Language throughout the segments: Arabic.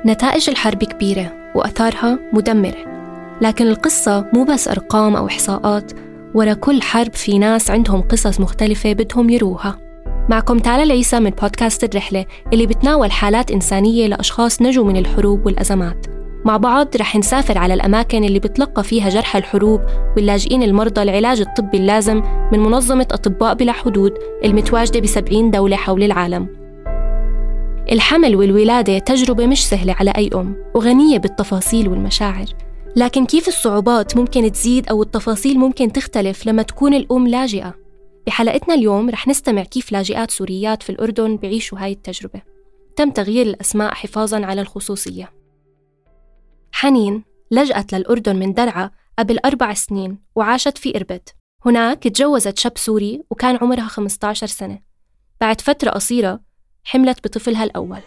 نتائج الحرب كبيرة وأثارها مدمرة، لكن القصة مو بس أرقام أو إحصاءات، ورا كل حرب في ناس عندهم قصص مختلفة بدهم يروها. معكم تالا العيسى من بودكاست الرحلة اللي بتناول حالات إنسانية لأشخاص نجوا من الحروب والأزمات. مع بعض رح نسافر على الأماكن اللي بتلقى فيها جرحى الحروب واللاجئين المرضى العلاج الطبي اللازم من منظمة أطباء بلا حدود المتواجدة ب70 دولة حول العالم. الحمل والولادة تجربة مش سهلة على أي أم وغنية بالتفاصيل والمشاعر، لكن كيف الصعوبات ممكن تزيد أو التفاصيل ممكن تختلف لما تكون الأم لاجئة؟ بحلقتنا اليوم رح نستمع كيف لاجئات سوريات في الأردن بيعيشوا هاي التجربة. تم تغيير الأسماء حفاظاً على الخصوصية. حنين لجأت للأردن من درعا قبل 4 سنين وعاشت في إربد. هناك تجوزت شاب سوري وكان عمرها 15 سنة. بعد فترة قصيرة حملت بطفلها الأول.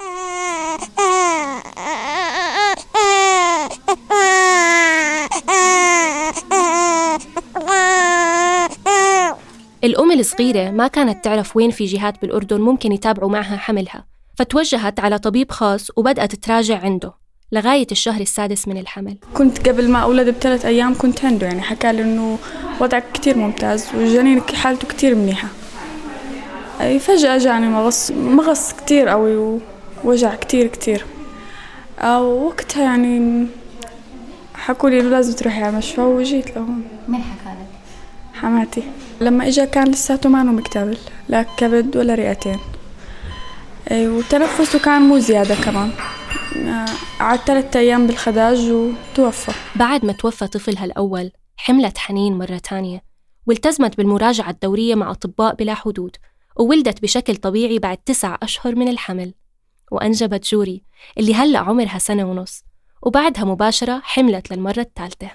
الأم الصغيرة ما كانت تعرف وين في جهات بالأردن ممكن يتابعوا معها حملها، فتوجهت على طبيب خاص وبدأت تراجع عنده لغاية الشهر السادس من الحمل. كنت قبل ما أولد ب3 أيام كنت عنده، يعني حكى لي إنه وضعك كتير ممتاز والجنين حالته كتير منيحة. فجأة جاني مغص كتير قوي ووجع كتير. وقتها يعني حكوا لي لازم تروحي على مشفى وجيت لهون. مين حكى لك؟ حماتي. لما إجا كان لساته ما مكتمل، لا كبد ولا رئتين، وتنفسه كان مو زيادة كمان. قعد 3 أيام بالخداج وتوفى. بعد ما توفى طفلها الأول حملت حنين مرة تانية والتزمت بالمراجعة الدورية مع أطباء بلا حدود، وولدت بشكل طبيعي بعد 9 أشهر من الحمل، وأنجبت جوري اللي هلأ عمرها 1.5 سنة، وبعدها مباشرة حملت للمرة الثالثة.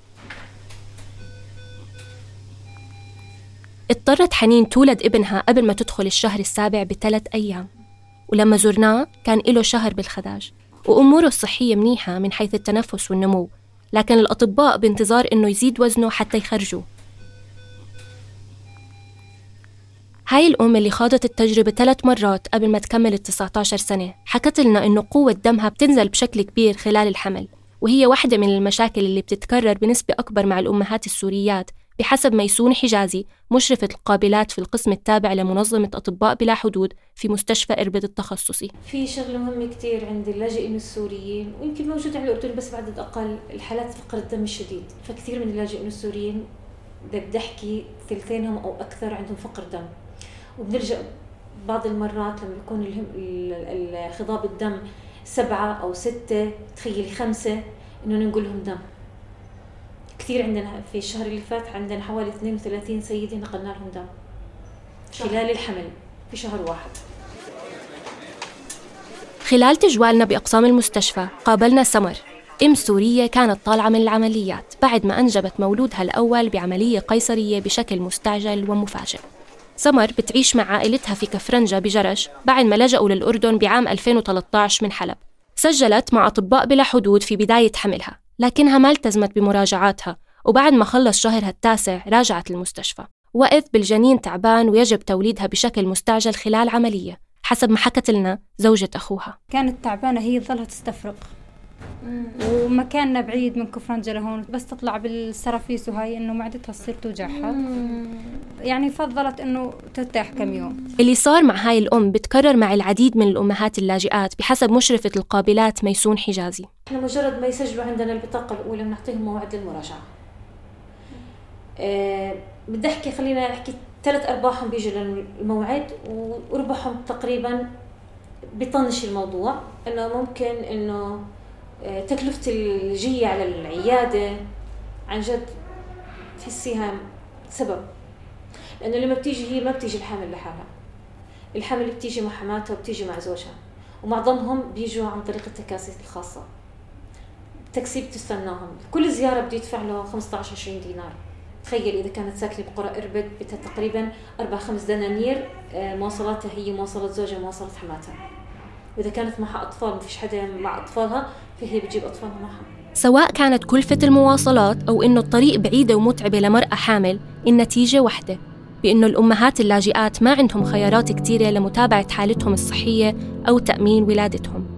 اضطرت حنين تولد ابنها قبل ما تدخل الشهر السابع ب3 أيام، ولما زرناه كان له شهر بالخداج وأموره الصحية منيحة من حيث التنفس والنمو، لكن الأطباء بانتظار إنه يزيد وزنه حتى يخرجوه. هاي الأم اللي خاضت التجربة 3 مرات قبل ما تكمل 19 سنة حكت لنا إنه قوة دمها بتنزل بشكل كبير خلال الحمل، وهي واحدة من المشاكل اللي بتتكرر بنسبة أكبر مع الأمهات السوريات بحسب ميسون حجازي مشرفة القابلات في القسم التابع لمنظمة أطباء بلا حدود في مستشفى إربد التخصصي. في شغلة مهمة كتير عند اللاجئين السوريين، ويمكن موجود على الأردن بس بعدد أقل، الحالات فقر الدم الشديد. فكثير من اللاجئين السوريين بدي أحكي 2/3 أو أكثر عندهم فقر دم، وبنلجأ بعض المرات لما يكون خضاب الدم 7 أو 6 تخيلي 5 إنه ننقل لهم دم. كثير عندنا في الشهر اللي فات عندنا حوالي 32 سيدة نقلنا لهم دم خلال الحمل في شهر واحد. خلال تجوالنا بأقسام المستشفى قابلنا سمر، أم سورية كانت طالعة من العمليات بعد ما أنجبت مولودها الأول بعملية قيصرية بشكل مستعجل ومفاجئ. سمر بتعيش مع عائلتها في كفرنجة بجرش بعد ما لجأوا للأردن بعام 2013 من حلب. سجلت مع أطباء بلا حدود في بداية حملها، لكنها ما التزمت بمراجعاتها، وبعد ما خلص شهرها التاسع راجعت المستشفى، وإذ بالجنين تعبان ويجب توليدها بشكل مستعجل خلال عملية حسب ما حكت لنا زوجة أخوها. كانت تعبانة، هي ظلها تستفرق ومكاننا بعيد من كفرنجة لهون، بس تطلع بالسرافيس وهاي إنه معدتها تصير توجعها، يعني فضلت إنه ترتاح كم يوم. اللي صار مع هاي الأم بتكرر مع العديد من الأمهات اللاجئات بحسب مشرفة القابلات ميسون حجازي. إحنا مجرد ما يسجلوا عندنا البطاقة الأولى بنعطيهم موعد للمراجعة. بدي أحكي خلينا نحكي 3/4 بيجوا للموعد، وربحهم تقريبا بيطنش الموضوع إنه ممكن إنه تكلفة الجية على العيادة عن جد تحسيها سبب، لأنه لما بتيجي هي ما بتيجي الحامل لحالها، الحامل بتيجي مع حماتها وبتيجي مع زوجها، ومعظمهم بيجوا عن طريق التكاسي الخاصة. التاكسي بتستناهم، كل زيارة بدي يدفع له 15-20 دينار. تخيل إذا كانت ساكنة بقرى إربد تقريبا 4-5 دنانير مواصلاتها هي مواصلات زوجها ومواصلات حماتها، وإذا كانت معها أطفال ما فيش حدا مع أطفالها فهي بتجيب أطفالها معها. سواء كانت كلفة المواصلات أو إنه الطريق بعيدة ومتعبة لمرأة حامل، النتيجة واحدة، بإنه الأمهات اللاجئات ما عندهم خيارات كتيرة لمتابعة حالتهم الصحية أو تأمين ولادتهم.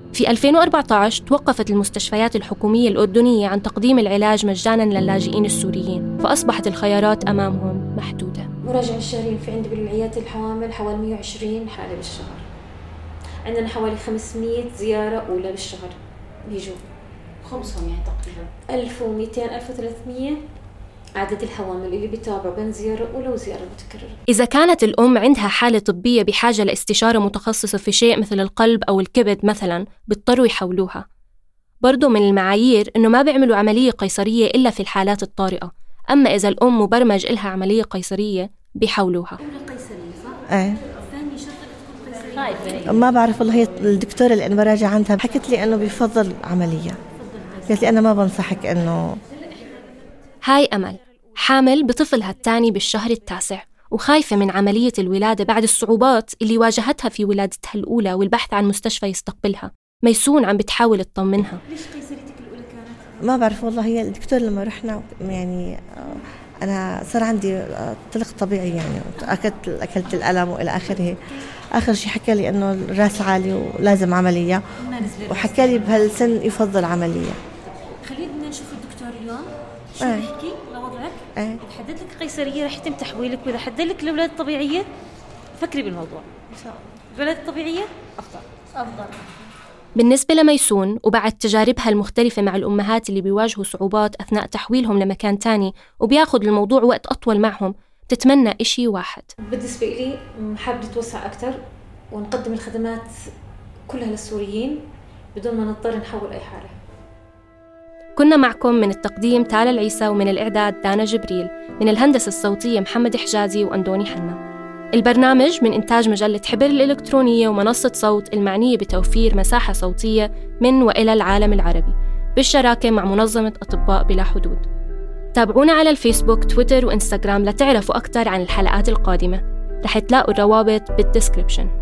في 2014 توقفت المستشفيات الحكومية الأردنية عن تقديم العلاج مجاناً للاجئين السوريين، فأصبحت الخيارات أمامهم محدودة. مراجعة الشهرين في عندي بالعيادات الحوامل حوالي 120 حالة بالشهر. عندنا حوالي 500 زيارة أولى بالشهر بيجوا، خمسهم يعني تقريبا 1200 1300 عدد الحوامل اللي بيتابعوا بين زيارة أولى وزيارة متكررة. إذا كانت الأم عندها حالة طبية بحاجة لاستشارة متخصصة في شيء مثل القلب أو الكبد مثلاً، بيضطروا يحولوها. برضو من المعايير إنه ما بيعملوا عملية قيصرية إلا في الحالات الطارئة، أما إذا الأم مبرمج إلها عملية قيصرية بيحولوها. أولى قيصرية صح؟ إيه. ثاني شرط تكون قيصرية. ما بعرف والله، هي الدكتورة اللي أنا براجع عندها حكت لي إنه بيفضل عملية. قالت لي أنا ما بنصحك إنه. هاي أمل حامل بطفلها الثاني بالشهر التاسع وخايفة من عملية الولادة بعد الصعوبات اللي واجهتها في ولادتها الأولى والبحث عن مستشفى يستقبلها. ميسون عم بتحاول تطمنها. ليش قيصريتك الأولى كانت؟ ما بعرف والله، هي الدكتور لما رحنا يعني أنا صار عندي طلق طبيعي يعني، أكلت الألم وإلى آخره. آخر شيء حكى لي إنه الراس عالي ولازم عملية، وحكى لي بهالسن يفضل عملية. خلينا نشوف الدكتور اليوم شو بيحكي لوضعك. بحدد لك قيصرية رح يتم تحويلك، وإذا حدد لك الولادة الطبيعية فكري بالموضوع إن شاء الله. الولادة الطبيعية أفضل. بالنسبة لميسون وبعد تجاربها المختلفة مع الأمهات اللي بيواجهوا صعوبات أثناء تحويلهم لمكان تاني وبياخد الموضوع وقت أطول معهم، تتمنى إشي واحد. بالنسبة لي حابة نتوسع أكتر ونقدم الخدمات كلها للسوريين بدون ما نضطر نحول أي حالة. كنا معكم من التقديم تالا العيسى، ومن الإعداد دانا جبريل، من الهندسة الصوتية محمد حجازي وأندوني حنا. البرنامج من إنتاج مجلة حبر الإلكترونية ومنصة صوت المعنية بتوفير مساحة صوتية من وإلى العالم العربي بالشراكة مع منظمة أطباء بلا حدود. تابعونا على الفيسبوك، تويتر وإنستغرام لتعرفوا أكثر عن الحلقات القادمة. رح تلاقوا الروابط بالديسكريبشن.